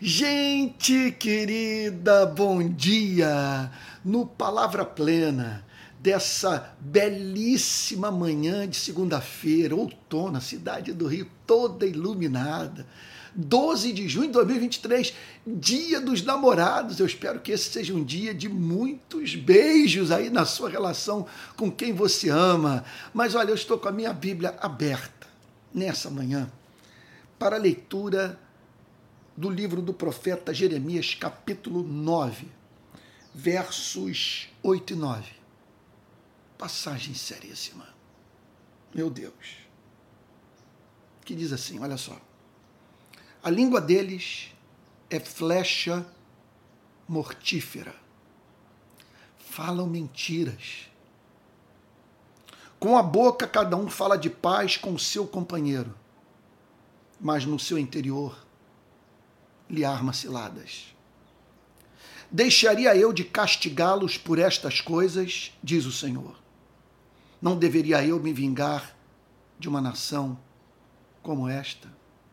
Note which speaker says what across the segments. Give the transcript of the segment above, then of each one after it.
Speaker 1: Gente querida, bom dia! No Palavra Plena dessa belíssima manhã de segunda-feira, outono, a cidade do Rio toda iluminada, 12 de junho de 2023, dia dos namorados. Eu espero que esse seja um dia de muitos beijos aí na sua relação com quem você ama. Mas olha, eu estou com a minha Bíblia aberta nessa manhã para a leitura do livro do profeta Jeremias, capítulo 9, versos 8 e 9. Passagem seríssima. Meu Deus. Que diz assim, olha só. A língua deles é flecha mortífera. Falam mentiras. Com a boca cada um fala de paz com o seu companheiro, mas no seu interior lhe arma ciladas. Deixaria eu de castigá-los por estas coisas, diz o Senhor. Não deveria eu me vingar de uma nação como esta?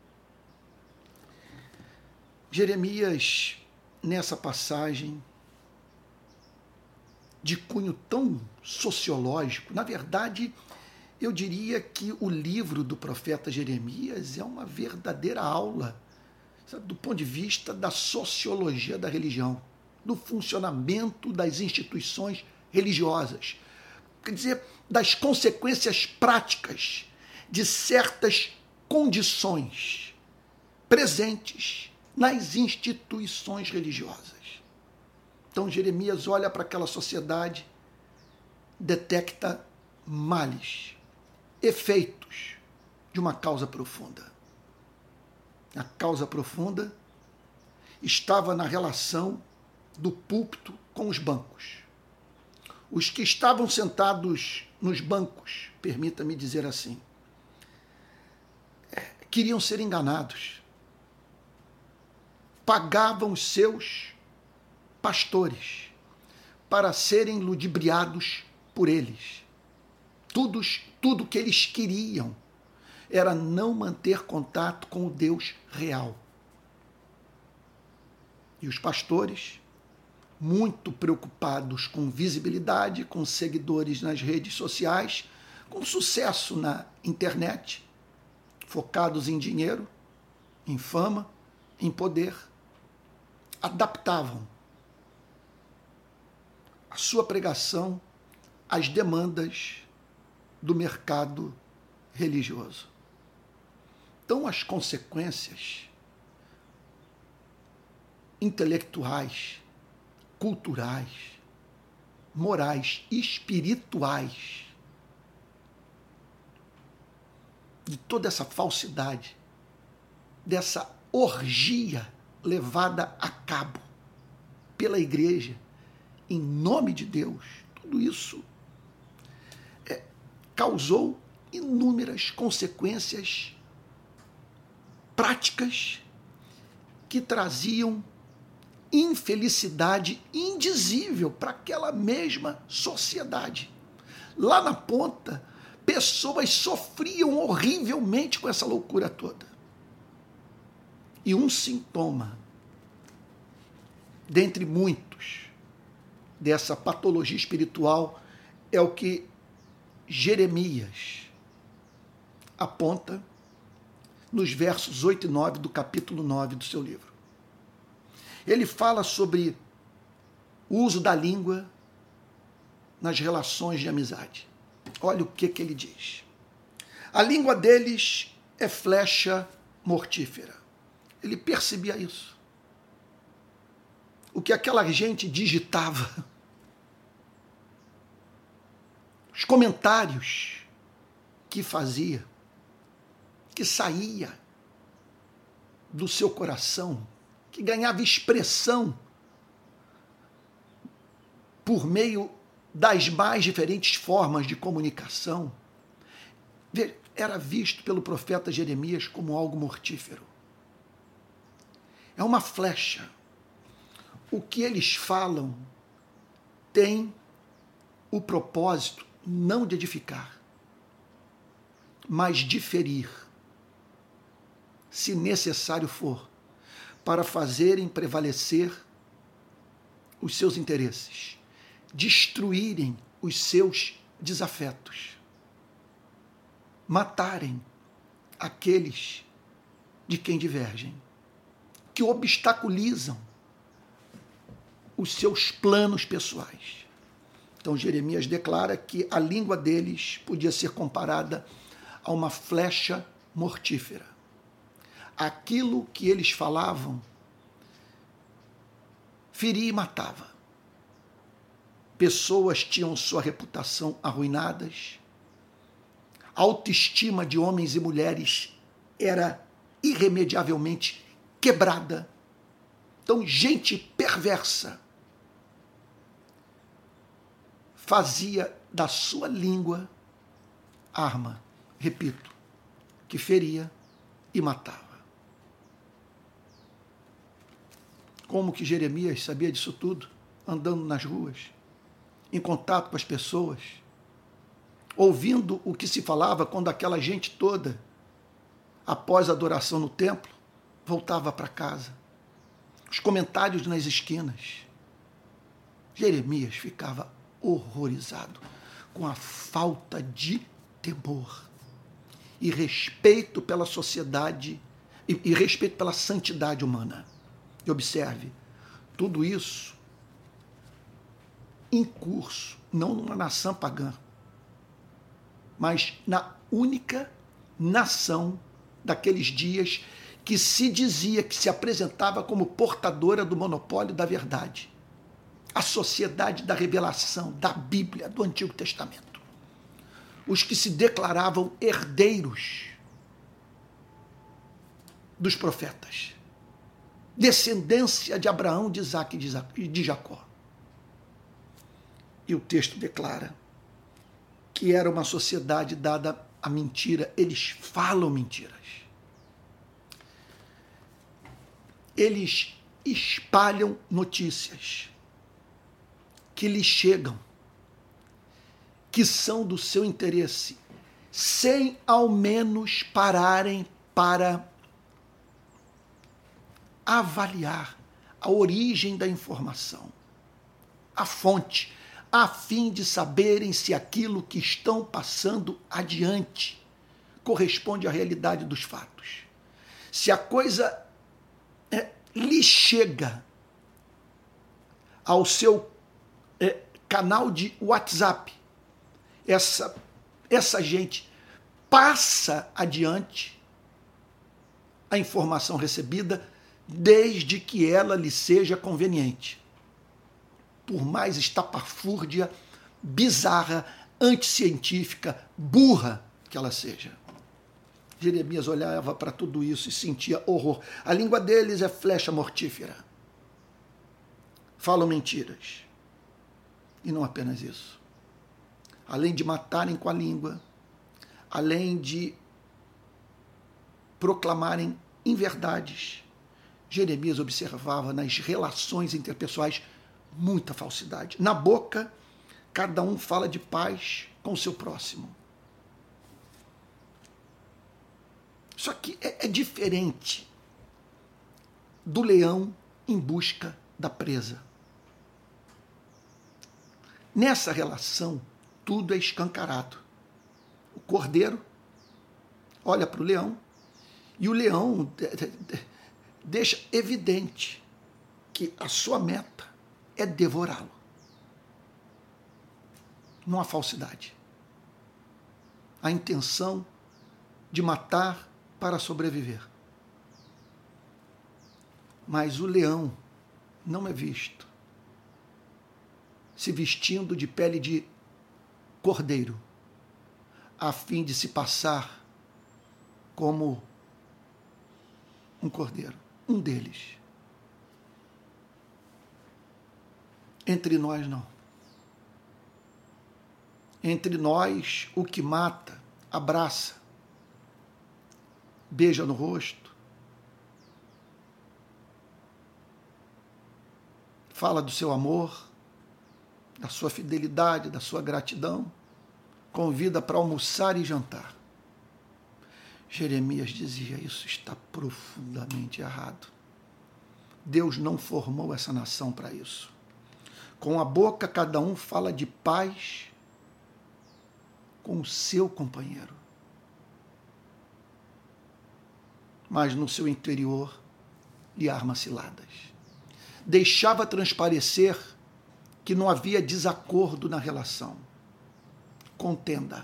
Speaker 1: Jeremias, nessa passagem de cunho tão sociológico, na verdade, eu diria que o livro do profeta Jeremias é uma verdadeira aula, sabe, do ponto de vista da sociologia da religião, do funcionamento das instituições religiosas, quer dizer, das consequências práticas de certas condições presentes nas instituições religiosas. Então Jeremias olha para aquela sociedade, detecta males, efeitos de uma causa profunda. A causa profunda estava na relação do púlpito com os bancos. Os que estavam sentados nos bancos, permita-me dizer assim, queriam ser enganados. Pagavam os seus pastores para serem ludibriados por eles. Tudo que eles queriam era não manter contato com o Deus real. E os pastores, muito preocupados com visibilidade, com seguidores nas redes sociais, com sucesso na internet, focados em dinheiro, em fama, em poder, adaptavam a sua pregação às demandas do mercado religioso. Então, as consequências intelectuais, culturais, morais, espirituais de toda essa falsidade, dessa orgia levada a cabo pela igreja, em nome de Deus, tudo isso causou inúmeras consequências práticas que traziam infelicidade indizível para aquela mesma sociedade. Lá na ponta, pessoas sofriam horrivelmente com essa loucura toda. E um sintoma, dentre muitos, dessa patologia espiritual é o que Jeremias aponta nos versos 8 e 9 do capítulo 9 do seu livro. Ele fala sobre o uso da língua nas relações de amizade. Olha o que ele diz. A língua deles é flecha mortífera. Ele percebia isso. O que aquela gente digitava, os comentários que fazia, que saía do seu coração, que ganhava expressão por meio das mais diferentes formas de comunicação, era visto pelo profeta Jeremias como algo mortífero. É uma flecha. O que eles falam tem o propósito não de edificar, mas de ferir, se necessário for, para fazerem prevalecer os seus interesses, destruírem os seus desafetos, matarem aqueles de quem divergem, que obstaculizam os seus planos pessoais. Então Jeremias declara que a língua deles podia ser comparada a uma flecha mortífera. Aquilo que eles falavam feria e matava. Pessoas tinham sua reputação arruinadas, a autoestima de homens e mulheres era irremediavelmente quebrada. Então, gente perversa fazia da sua língua arma, repito, que feria e matava. Como que Jeremias sabia disso tudo? Andando nas ruas, em contato com as pessoas, ouvindo o que se falava quando aquela gente toda, após a adoração no templo, voltava para casa. Os comentários nas esquinas. Jeremias ficava horrorizado com a falta de temor e respeito pela sociedade e respeito pela santidade humana. E observe, tudo isso em curso, não numa nação pagã, mas na única nação daqueles dias que se dizia, que se apresentava como portadora do monopólio da verdade. A sociedade da revelação, da Bíblia, do Antigo Testamento. Os que se declaravam herdeiros dos profetas. Descendência de Abraão, de Isaque e de Jacó. E o texto declara que era uma sociedade dada à mentira. Eles falam mentiras. Eles espalham notícias que lhes chegam, que são do seu interesse, sem ao menos pararem para avaliar a origem da informação, a fonte, a fim de saberem se aquilo que estão passando adiante corresponde à realidade dos fatos. Se a coisa lhe chega ao seu canal de WhatsApp, essa gente passa adiante a informação recebida desde que ela lhe seja conveniente. Por mais estapafúrdia, bizarra, anticientífica, burra que ela seja. Jeremias olhava para tudo isso e sentia horror. A língua deles é flecha mortífera. Falam mentiras. E não apenas isso. Além de matarem com a língua, além de proclamarem inverdades, Jeremias observava nas relações interpessoais muita falsidade. Na boca, cada um fala de paz com o seu próximo. Isso aqui é diferente do leão em busca da presa. Nessa relação, tudo é escancarado. O cordeiro olha para o leão e o leão deixa evidente que a sua meta é devorá-lo. Não há falsidade. A intenção de matar para sobreviver. Mas o leão não é visto se vestindo de pele de cordeiro, a fim de se passar como um cordeiro, um deles. Entre nós, não. Entre nós, o que mata, abraça, beija no rosto, fala do seu amor, da sua fidelidade, da sua gratidão, convida para almoçar e jantar. Jeremias dizia, isso está profundamente errado. Deus não formou essa nação para isso. Com a boca, cada um fala de paz com o seu companheiro. Mas no seu interior lhe arma ciladas. Deixava transparecer que não havia desacordo na relação. Contenda.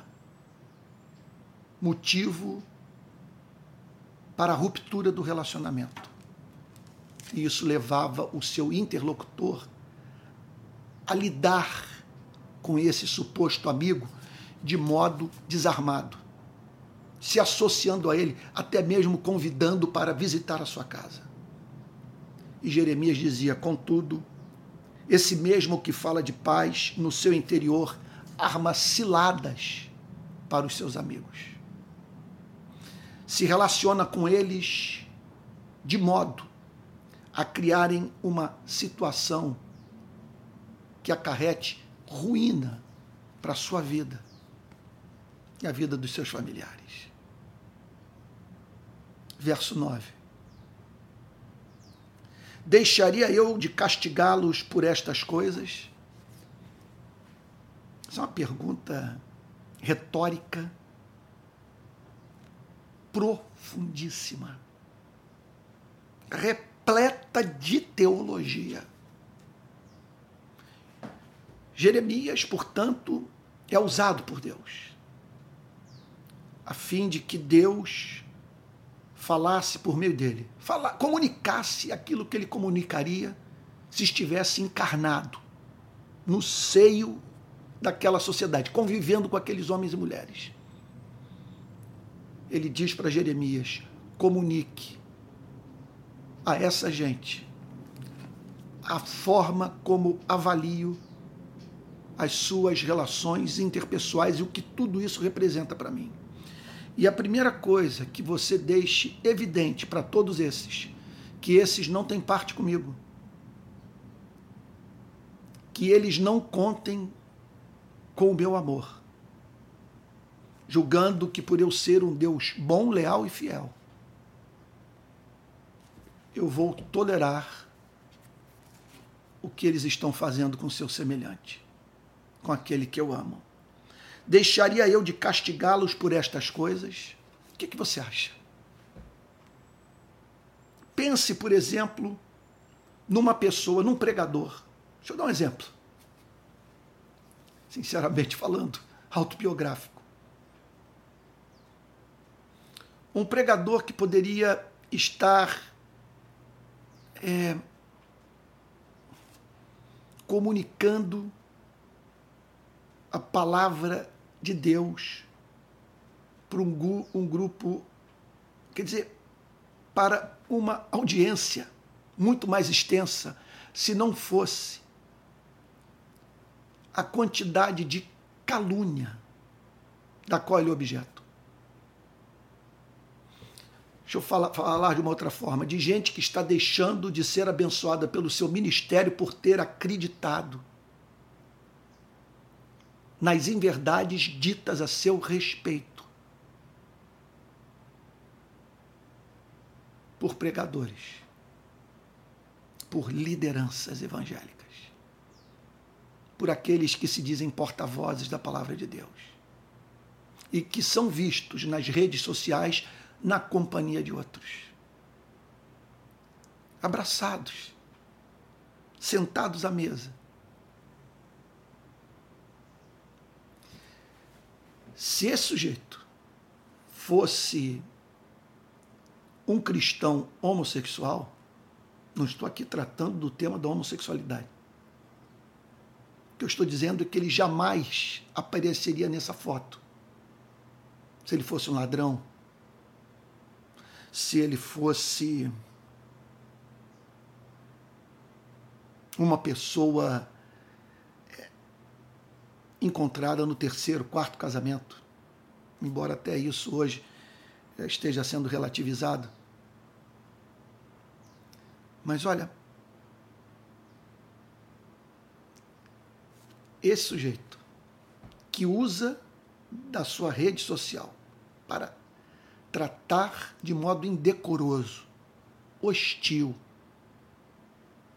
Speaker 1: Motivo para a ruptura do relacionamento. E isso levava o seu interlocutor a lidar com esse suposto amigo de modo desarmado, se associando a ele, até mesmo convidando para visitar a sua casa. E Jeremias dizia, contudo, esse mesmo que fala de paz no seu interior arma ciladas para os seus amigos. Se relaciona com eles de modo a criarem uma situação que acarrete ruína para a sua vida e a vida dos seus familiares. Verso 9. Deixaria eu de castigá-los por estas coisas? Essa é uma pergunta retórica profundíssima, repleta de teologia. Jeremias, portanto, é usado por Deus, a fim de que Deus falasse por meio dele, comunicasse aquilo que ele comunicaria se estivesse encarnado no seio daquela sociedade, convivendo com aqueles homens e mulheres. Ele diz para Jeremias, comunique a essa gente a forma como avalio as suas relações interpessoais e o que tudo isso representa para mim. E a primeira coisa que você deixe evidente para todos esses, que esses não têm parte comigo, que eles não contem com o meu amor, julgando que por eu ser um Deus bom, leal e fiel, eu vou tolerar o que eles estão fazendo com seu semelhante, com aquele que eu amo. Deixaria eu de castigá-los por estas coisas? O que você acha? Pense, por exemplo, numa pessoa, num pregador. Deixa eu dar um exemplo. Sinceramente falando, autobiográfico. Um pregador que poderia estar comunicando a palavra de Deus para um grupo, quer dizer, para uma audiência muito mais extensa, se não fosse a quantidade de calúnia da qual ele é objeto. Deixa eu falar de uma outra forma, de gente que está deixando de ser abençoada pelo seu ministério por ter acreditado nas inverdades ditas a seu respeito por pregadores, por lideranças evangélicas, por aqueles que se dizem porta-vozes da palavra de Deus e que são vistos nas redes sociais na companhia de outros, abraçados, sentados à mesa. Se esse sujeito fosse um cristão homossexual, não estou aqui tratando do tema da homossexualidade. O que eu estou dizendo é que ele jamais apareceria nessa foto. Se ele fosse um ladrão, se ele fosse uma pessoa encontrada no terceiro, quarto casamento, embora até isso hoje esteja sendo relativizado. Mas olha, esse sujeito que usa da sua rede social para tratar de modo indecoroso, hostil,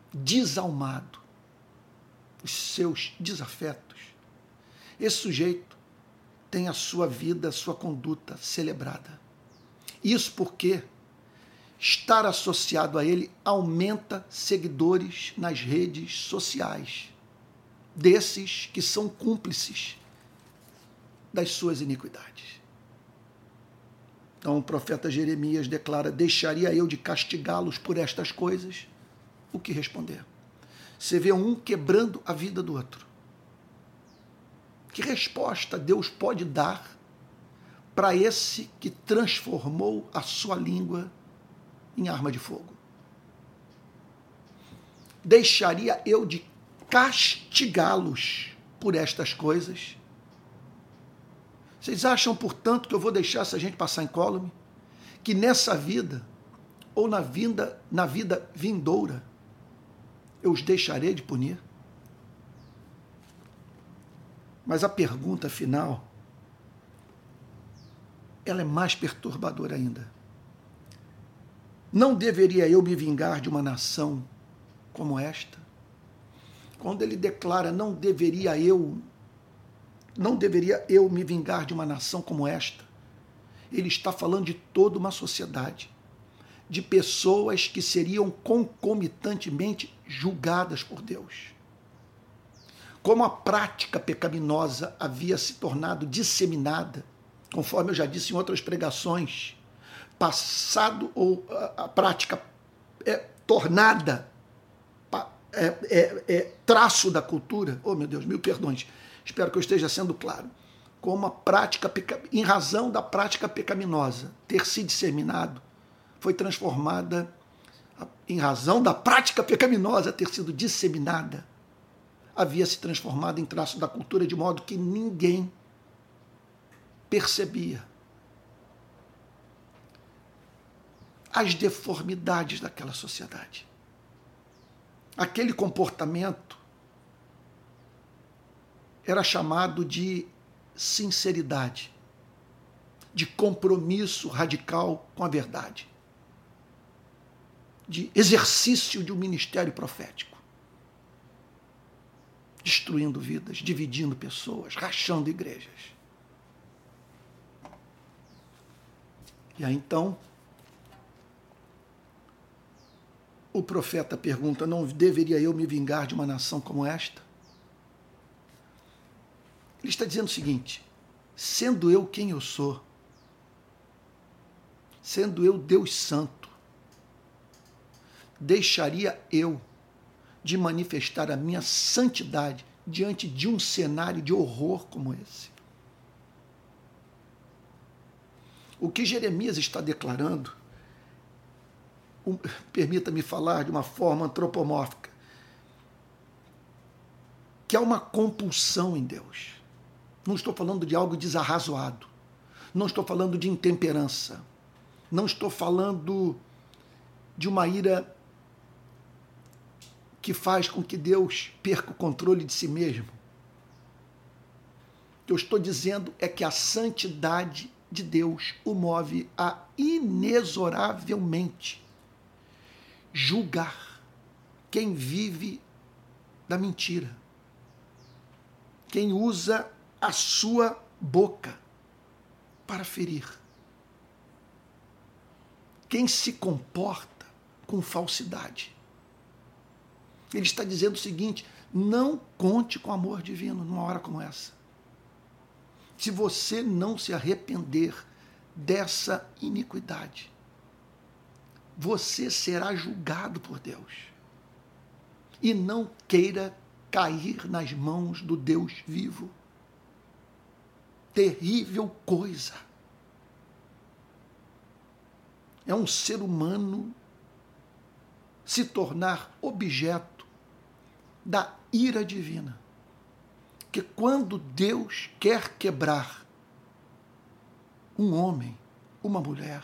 Speaker 1: desalmado, os seus desafetos, esse sujeito tem a sua vida, a sua conduta celebrada. Isso porque estar associado a ele aumenta seguidores nas redes sociais, desses que são cúmplices das suas iniquidades. Então o profeta Jeremias declara: deixaria eu de castigá-los por estas coisas? O que responder? Você vê um quebrando a vida do outro. Que resposta Deus pode dar para esse que transformou a sua língua em arma de fogo? Deixaria eu de castigá-los por estas coisas? Vocês acham, portanto, que eu vou deixar essa gente passar incólume? Que nessa vida, ou na vida vindoura, eu os deixarei de punir? Mas a pergunta final, ela é mais perturbadora ainda. Não deveria eu me vingar de uma nação como esta? Quando ele declara: não deveria eu me vingar de uma nação como esta, ele está falando de toda uma sociedade, de pessoas que seriam concomitantemente julgadas por Deus. Como a prática pecaminosa havia se tornado disseminada, conforme eu já disse em outras pregações, passado ou a prática tornada traço da cultura, oh meu Deus, mil perdões, espero que eu esteja sendo claro, como a prática, em razão da prática pecaminosa ter se disseminado, foi transformada, em razão da prática pecaminosa ter sido disseminada, havia se transformado em traço da cultura, de modo que ninguém percebia as deformidades daquela sociedade. Aquele comportamento era chamado de sinceridade, de compromisso radical com a verdade, de exercício de um ministério profético, destruindo vidas, dividindo pessoas, rachando igrejas. E aí então o profeta pergunta: não deveria eu me vingar de uma nação como esta? Ele está dizendo o seguinte: sendo eu quem eu sou, sendo eu Deus Santo, deixaria eu de manifestar a minha santidade diante de um cenário de horror como esse? O que Jeremias está declarando, permita-me falar de uma forma antropomórfica, que há uma compulsão em Deus. Não estou falando de algo desarrazoado, não estou falando de intemperança, não estou falando de uma ira que faz com que Deus perca o controle de si mesmo. O que eu estou dizendo é que a santidade de Deus o move a inexoravelmente julgar quem vive da mentira, quem usa a sua boca para ferir, quem se comporta com falsidade. Ele está dizendo o seguinte: não conte com o amor divino numa hora como essa. Se você não se arrepender dessa iniquidade, você será julgado por Deus. E não queira cair nas mãos do Deus vivo. Terrível coisa. É um ser humano se tornar objeto da ira divina. Que quando Deus quer quebrar um homem, uma mulher,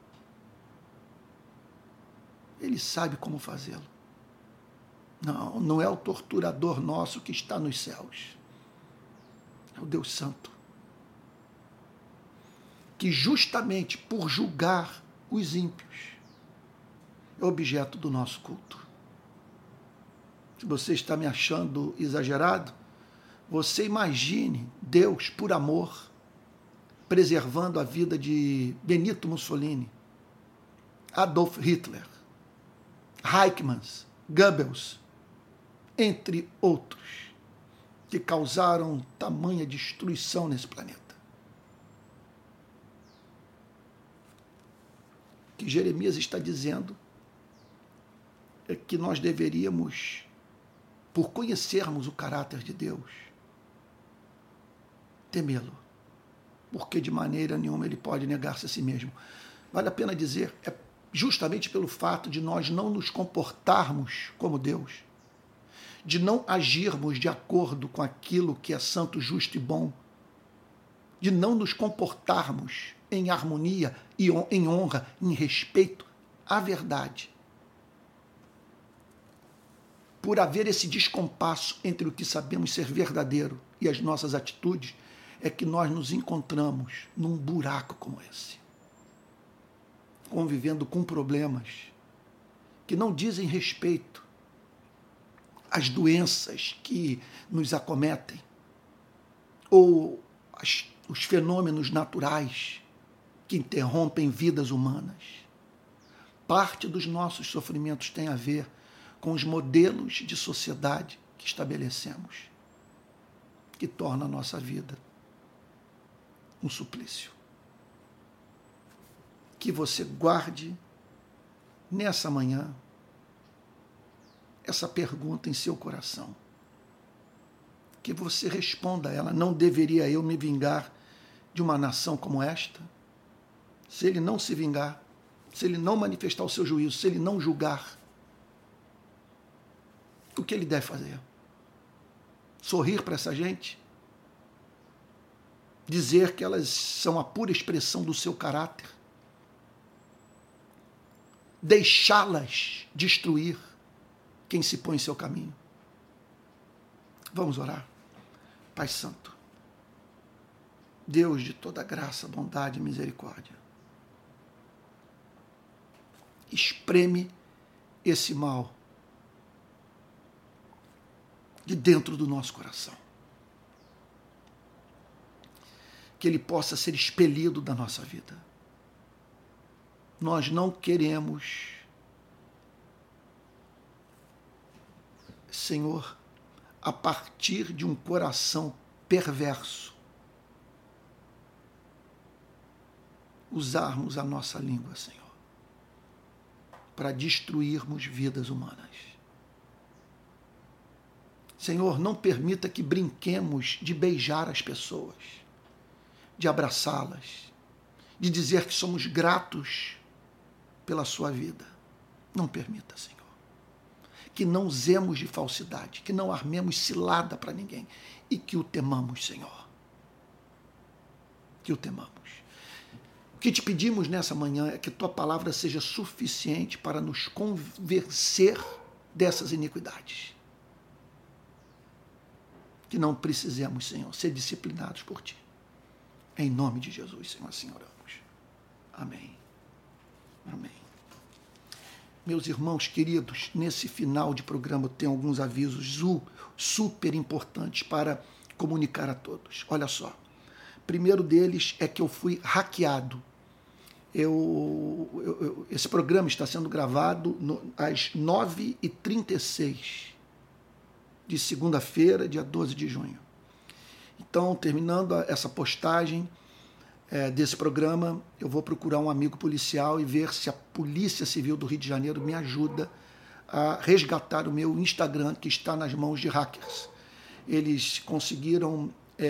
Speaker 1: Ele sabe como fazê-lo. Não é o torturador nosso que está nos céus. É o Deus Santo, que justamente por julgar os ímpios é objeto do nosso culto. Se você está me achando exagerado, você imagine Deus, por amor, preservando a vida de Benito Mussolini, Adolf Hitler, Eichmann, Goebbels, entre outros, que causaram tamanha destruição nesse planeta. O que Jeremias está dizendo é que nós deveríamos, por conhecermos o caráter de Deus, temê-lo, porque de maneira nenhuma ele pode negar-se a si mesmo. Vale a pena dizer, é justamente pelo fato de nós não nos comportarmos como Deus, de não agirmos de acordo com aquilo que é santo, justo e bom, de não nos comportarmos em harmonia e em honra, em respeito à verdade. Por haver esse descompasso entre o que sabemos ser verdadeiro e as nossas atitudes, é que nós nos encontramos num buraco como esse, convivendo com problemas que não dizem respeito às doenças que nos acometem, ou os fenômenos naturais que interrompem vidas humanas. Parte dos nossos sofrimentos tem a ver com os modelos de sociedade que estabelecemos, que torna a nossa vida um suplício. Que você guarde nessa manhã essa pergunta em seu coração. Que você responda a ela: não deveria eu me vingar de uma nação como esta? Se ele não se vingar, se ele não manifestar o seu juízo, se ele não julgar, o que ele deve fazer? Sorrir para essa gente? Dizer que elas são a pura expressão do seu caráter? Deixá-las destruir quem se põe em seu caminho? Vamos orar. Pai Santo, Deus de toda graça, bondade e misericórdia, espreme esse mal de dentro do nosso coração. Que ele possa ser expelido da nossa vida. Nós não queremos, Senhor, a partir de um coração perverso, usarmos a nossa língua, Senhor, para destruirmos vidas humanas. Senhor, não permita que brinquemos de beijar as pessoas, de abraçá-las, de dizer que somos gratos pela sua vida. Não permita, Senhor. Que não usemos de falsidade, que não armemos cilada para ninguém e que o temamos, Senhor. Que o temamos. O que te pedimos nessa manhã é que tua palavra seja suficiente para nos convencer dessas iniquidades. Que não precisemos, Senhor, ser disciplinados por ti. Em nome de Jesus, Senhor, assim oramos. Amém. Amém. Meus irmãos queridos, nesse final de programa eu tenho alguns avisos super importantes para comunicar a todos. Olha só. O primeiro deles é que eu fui hackeado. Esse programa está sendo gravado às 9h36 de segunda-feira, dia 12 de junho. Então, terminando essa postagem desse programa, eu vou procurar um amigo policial e ver se a Polícia Civil do Rio de Janeiro me ajuda a resgatar o meu Instagram, que está nas mãos de hackers. Eles conseguiram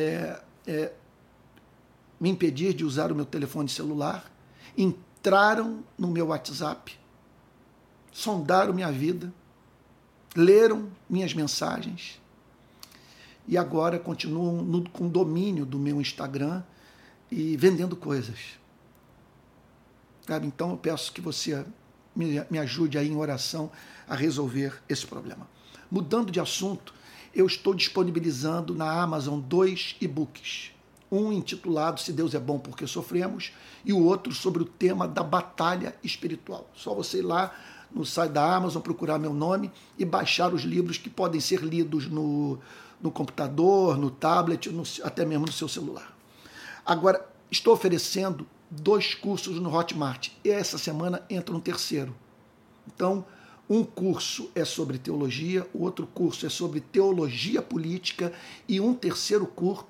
Speaker 1: me impedir de usar o meu telefone celular, entraram no meu WhatsApp, sondaram minha vida, leram minhas mensagens e agora continuam com domínio do meu Instagram e vendendo coisas. Sabe? Então eu peço que você me ajude aí em oração a resolver esse problema. Mudando de assunto, eu estou disponibilizando na Amazon 2 e-books. Um intitulado Se Deus é Bom Porque Sofremos e o outro sobre o tema da batalha espiritual. Só você ir lá no site da Amazon, procurar meu nome e baixar os livros que podem ser lidos no computador, no tablet, até mesmo no seu celular. Agora, estou oferecendo 2 cursos no Hotmart e essa semana entra um terceiro. Então, um curso é sobre teologia, o outro curso é sobre teologia política e um terceiro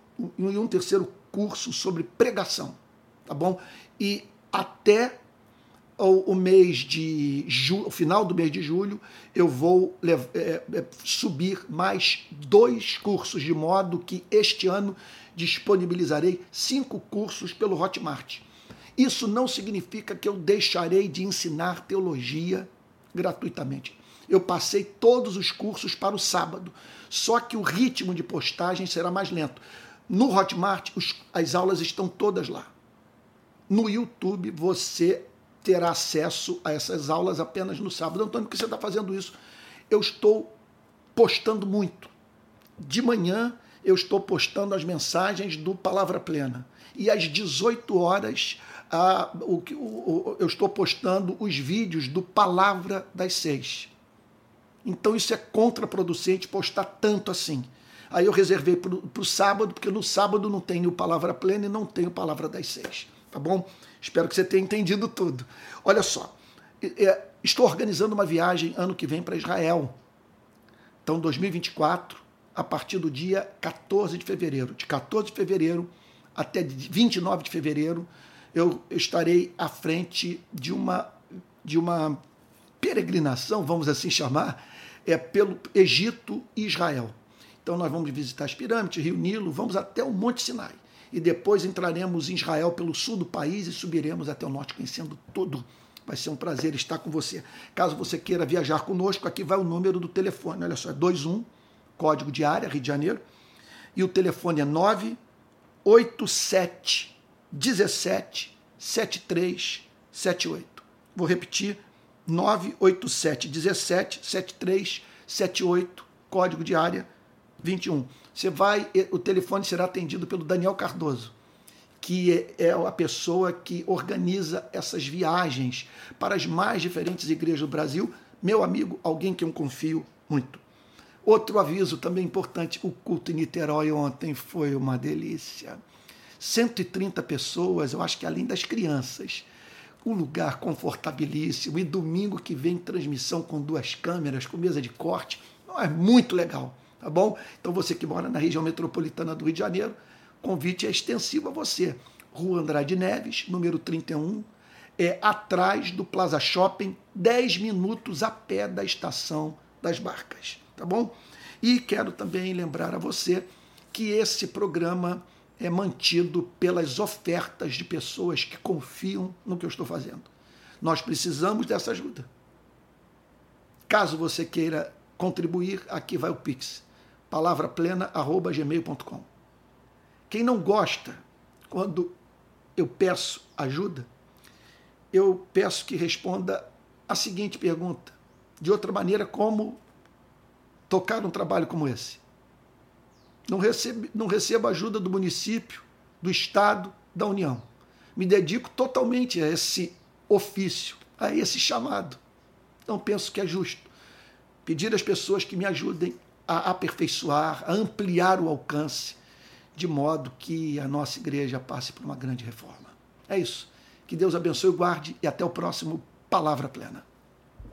Speaker 1: curso sobre pregação, tá bom? E até o mês de o final do mês de julho, eu vou subir mais 2 cursos, de modo que este ano disponibilizarei 5 cursos pelo Hotmart. Isso não significa que eu deixarei de ensinar teologia gratuitamente. Eu passei todos os cursos para o sábado, só que o ritmo de postagem será mais lento. No Hotmart, as aulas estão todas lá. No YouTube, você terá acesso a essas aulas apenas no sábado. Antônio, por que você está fazendo isso? Eu estou postando muito. De manhã, eu estou postando as mensagens do Palavra Plena. E às 18 horas, eu estou postando os vídeos do Palavra das 6. Então isso é contraproducente postar tanto assim. Aí eu reservei para o sábado, porque no sábado não tem o Palavra Plena e não tem o Palavra das 6. Tá bom? Espero que você tenha entendido tudo. Olha só, estou organizando uma viagem ano que vem para Israel. Então, 2024, a partir do dia 14 de fevereiro. De 14 de fevereiro até 29 de fevereiro, eu estarei à frente de uma peregrinação, vamos assim chamar, pelo Egito e Israel. Então nós vamos visitar as pirâmides, Rio Nilo, vamos até o Monte Sinai. E depois entraremos em Israel pelo sul do país e subiremos até o norte, conhecendo tudo. Vai ser um prazer estar com você. Caso você queira viajar conosco, aqui vai o número do telefone. Olha só, é 21, código de área, Rio de Janeiro. E o telefone é 987 17 7378. Vou repetir, 987 17 7378, código de área 21. O telefone será atendido pelo Daniel Cardoso, que é a pessoa que organiza essas viagens para as mais diferentes igrejas do Brasil. Meu amigo, alguém que eu confio muito. Outro aviso também importante, o culto em Niterói ontem foi uma delícia. 130 pessoas, eu acho que além das crianças. Um lugar confortabilíssimo. E domingo que vem transmissão com 2 câmeras, com mesa de corte. É muito legal, tá bom? Então você que mora na região metropolitana do Rio de Janeiro, convite é extensivo a você. Rua Andrade Neves, número 31, atrás do Plaza Shopping, 10 minutos a pé da Estação das Barcas, tá bom? E quero também lembrar a você que esse programa é mantido pelas ofertas de pessoas que confiam no que eu estou fazendo. Nós precisamos dessa ajuda. Caso você queira contribuir, aqui vai o Pix, palavraplena@gmail.com. Quem não gosta, quando eu peço ajuda, eu peço que responda a seguinte pergunta, de outra maneira, como tocar um trabalho como esse? Não recebo ajuda do município, do Estado, da União. Me dedico totalmente a esse ofício, a esse chamado. Então penso que é justo pedir às pessoas que me ajudem a aperfeiçoar, a ampliar o alcance, de modo que a nossa igreja passe por uma grande reforma. É isso. Que Deus abençoe e guarde e até o próximo Palavra Plena.